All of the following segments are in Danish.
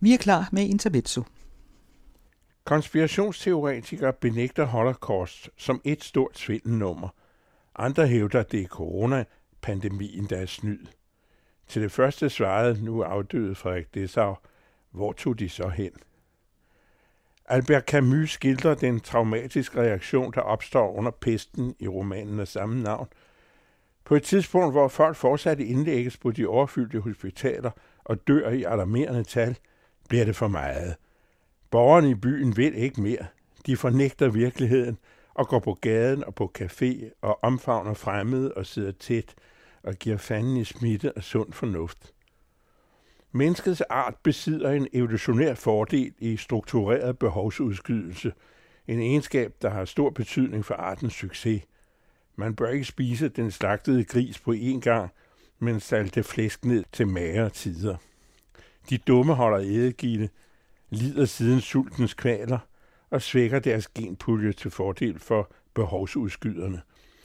Vi er klar med intermezzo. Konspirationsteoretikere benægter Holocaust som et stort svindelnummer. Andre hævder, at det er coronapandemien, der er snyd. Til det første svarede nu afdøde Frederik Dessau, hvor tog de så hen? Albert Camus skildrer den traumatiske reaktion, der opstår under pesten i romanen af samme navn. På et tidspunkt, hvor folk fortsat indlægges på de overfyldte hospitaler og dør i alarmerende tal, bliver det for meget. Borgerne i byen vil ikke mere. De fornægter virkeligheden og går på gaden og på café og omfavner fremmede og sidder tæt og giver fanden i smitte og sund fornuft. Menneskets art besidder en evolutionær fordel i struktureret behovsudskydelse, en egenskab, der har stor betydning for artens succes. Man bør ikke spise den slagtede gris på én gang, men salte flæsk ned til magre tider. De dumme holder ædegilde, lider siden sultens kvaler og svækker deres genpulje til fordel for behovsudskyderne.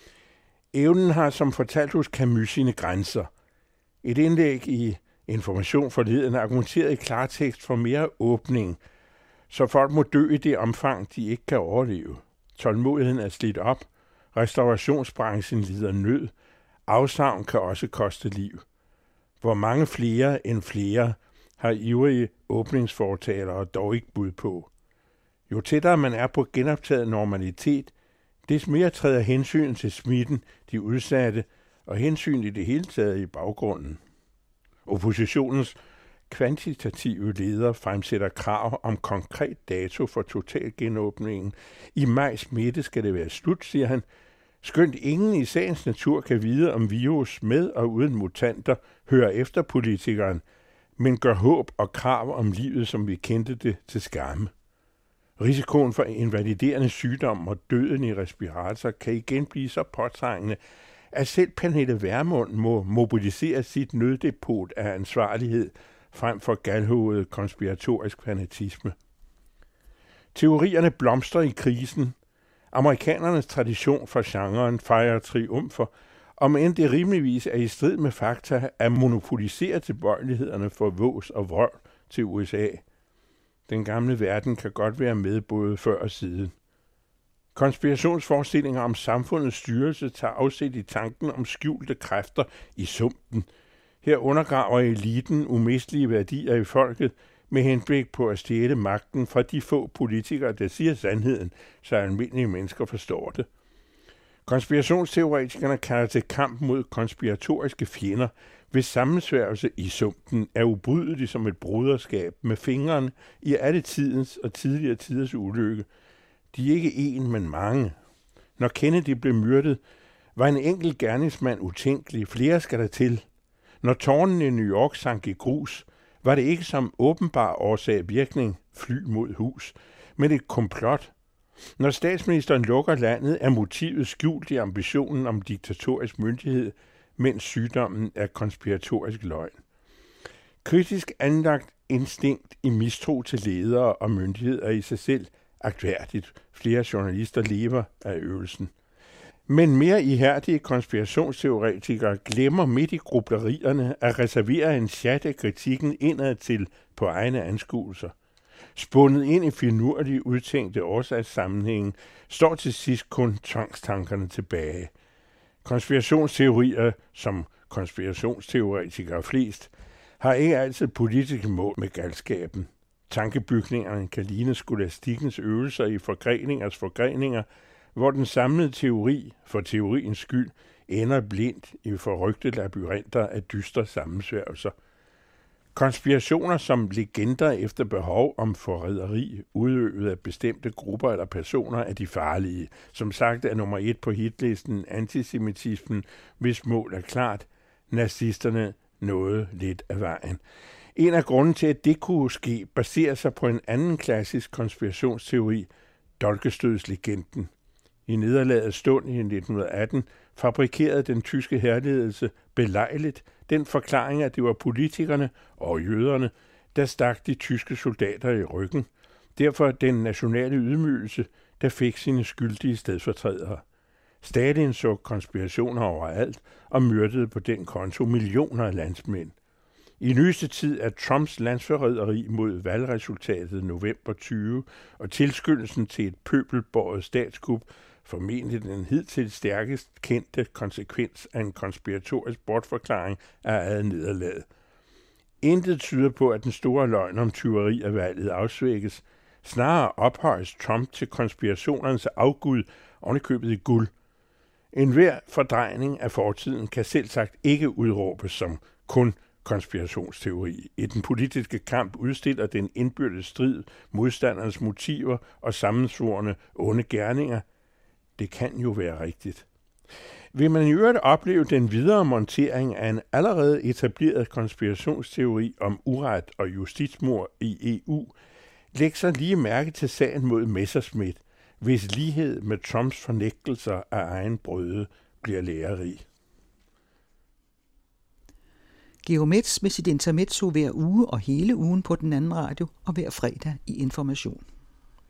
Evnen har som fortalt hos Camus sine grænser. Et indlæg i Information forleden argumenteret i klartekst for mere åbning, så folk må dø i det omfang, de ikke kan overleve. Tålmodigheden er slidt op, restaurationsbranchen lider nød, afsavn kan også koste liv. Hvor mange flere end flere har ivrige åbningsfortalere dog ikke bud på. Jo tættere man er på genoptaget normalitet, des mere træder hensyn til smitten, de udsatte, og hensyn i det hele taget i baggrunden. Oppositionens kvantitative leder fremsætter krav om konkret dato for totalgenåbningen. I maj smitte skal det være slut, siger han. Skønt ingen i sagens natur kan vide om virus med og uden mutanter hører efter politikeren, men gør håb og krav om livet, som vi kendte det, til skamme. Risikoen for invaliderende sygdom og døden i respirator kan igen blive så påtrængende, at selv Pernille Vermund må mobilisere sit nøddepot af ansvarlighed frem for galhovedet konspiratorisk fanatisme. Teorierne blomstrer i krisen. Amerikanernes tradition for genren fejrer triumfer, om end det rimeligvis er i strid med fakta at monopolisere tilbøjelighederne for vås og vold til USA. Den gamle verden kan godt være med både før og siden. Konspirationsforestillinger om samfundets styrelse tager afsæt i tanken om skjulte kræfter i sumpen. Her undergraver eliten umistelige værdier i folket med henblik på at stjæle magten fra de få politikere, der siger sandheden, så almindelige mennesker forstår det. Konspirationsteoretikerne kalder til kamp mod konspiratoriske fjender, hvis sammensværgelse i sumpen er ubrydelig som et broderskab med fingrene i alle tidens og tidligere tiders ulykke. De er ikke en, men mange. Når Kennedy blev myrdet, var en enkelt gerningsmand utænkelig. Flere skal der til. Når tårnen i New York sank i grus, var det ikke som åbenbar årsag virkning fly mod hus, men et komplot. Når statsministeren lukker landet, er motivet skjult i ambitionen om diktatorisk myndighed, mens sygdommen er konspiratorisk løgn. Kritisk anlagt instinkt i mistro til ledere og myndigheder i sig selv agtværdigt. Flere journalister lever af øvelsen. Men mere ihærdige konspirationsteoretikere glemmer midt i grublerierne at reservere en sjat af kritikken indad til på egne anskuelser. Spundet ind i finurlige udtænkte årsagssammenhænge står til sidst kun tvangstankerne tilbage. Konspirationsteorier, som konspirationsteoretikere flest, har ikke altid politiske mål med galskaben. Tankebygningerne kan ligne skolastikkens øvelser i forgreningers forgreninger, hvor den samlede teori, for teoriens skyld, ender blindt i forrygte labyrinter af dystre sammensværgelser. Konspirationer som legender efter behov om forræderi, udøvet af bestemte grupper eller personer, er de farlige. Som sagt er nummer 1 på hitlisten antisemitismen, hvis mål er klart. Nazisterne nåede lidt af vejen. En af grunden til, at det kunne ske, baserer sig på en anden klassisk konspirationsteori, dolkestødslegenden. I nederlagets stund i 1918 fabrikerede den tyske hærledelse belejligt den forklaring, at det var politikerne og jøderne, der stak de tyske soldater i ryggen. Derfor den nationale ydmygelse, der fik sine skyldige stedfortrædere. Stalin så konspirationer overalt og myrdede på den konto millioner af landsmænd. I nyeste tid er Trumps landsforræderi mod valgresultatet november 20 og tilskyndelsen til et pøbelbåret statskup formentlig den hidtil stærkest kendte konsekvens af en konspiratorisk bortforklaring af nederlaget. Intet tyder på, at den store løgn om tyveri af valget afsvækkes. Snarere ophøjes Trump til konspirationernes afgud, ovenikøbet i guld. Enhver fordrejning af fortiden kan selvsagt ikke udråbes som kun konspirationsteori. I den politiske kamp udstiller den indbyrdes strid modstandernes motiver og sammensvorne onde gerninger. Det kan jo være rigtigt. Vil man i øvrigt opleve den videre montering af en allerede etableret konspirationsteori om uret og justitsmord i EU, læg så lige mærke til sagen mod Messerschmidt, hvis lighed med Trumps fornægtelser af egen brøde bliver lærerig. Georg Metz med sit intermezzo hver uge og hele ugen på Den Anden Radio og hver fredag i Information.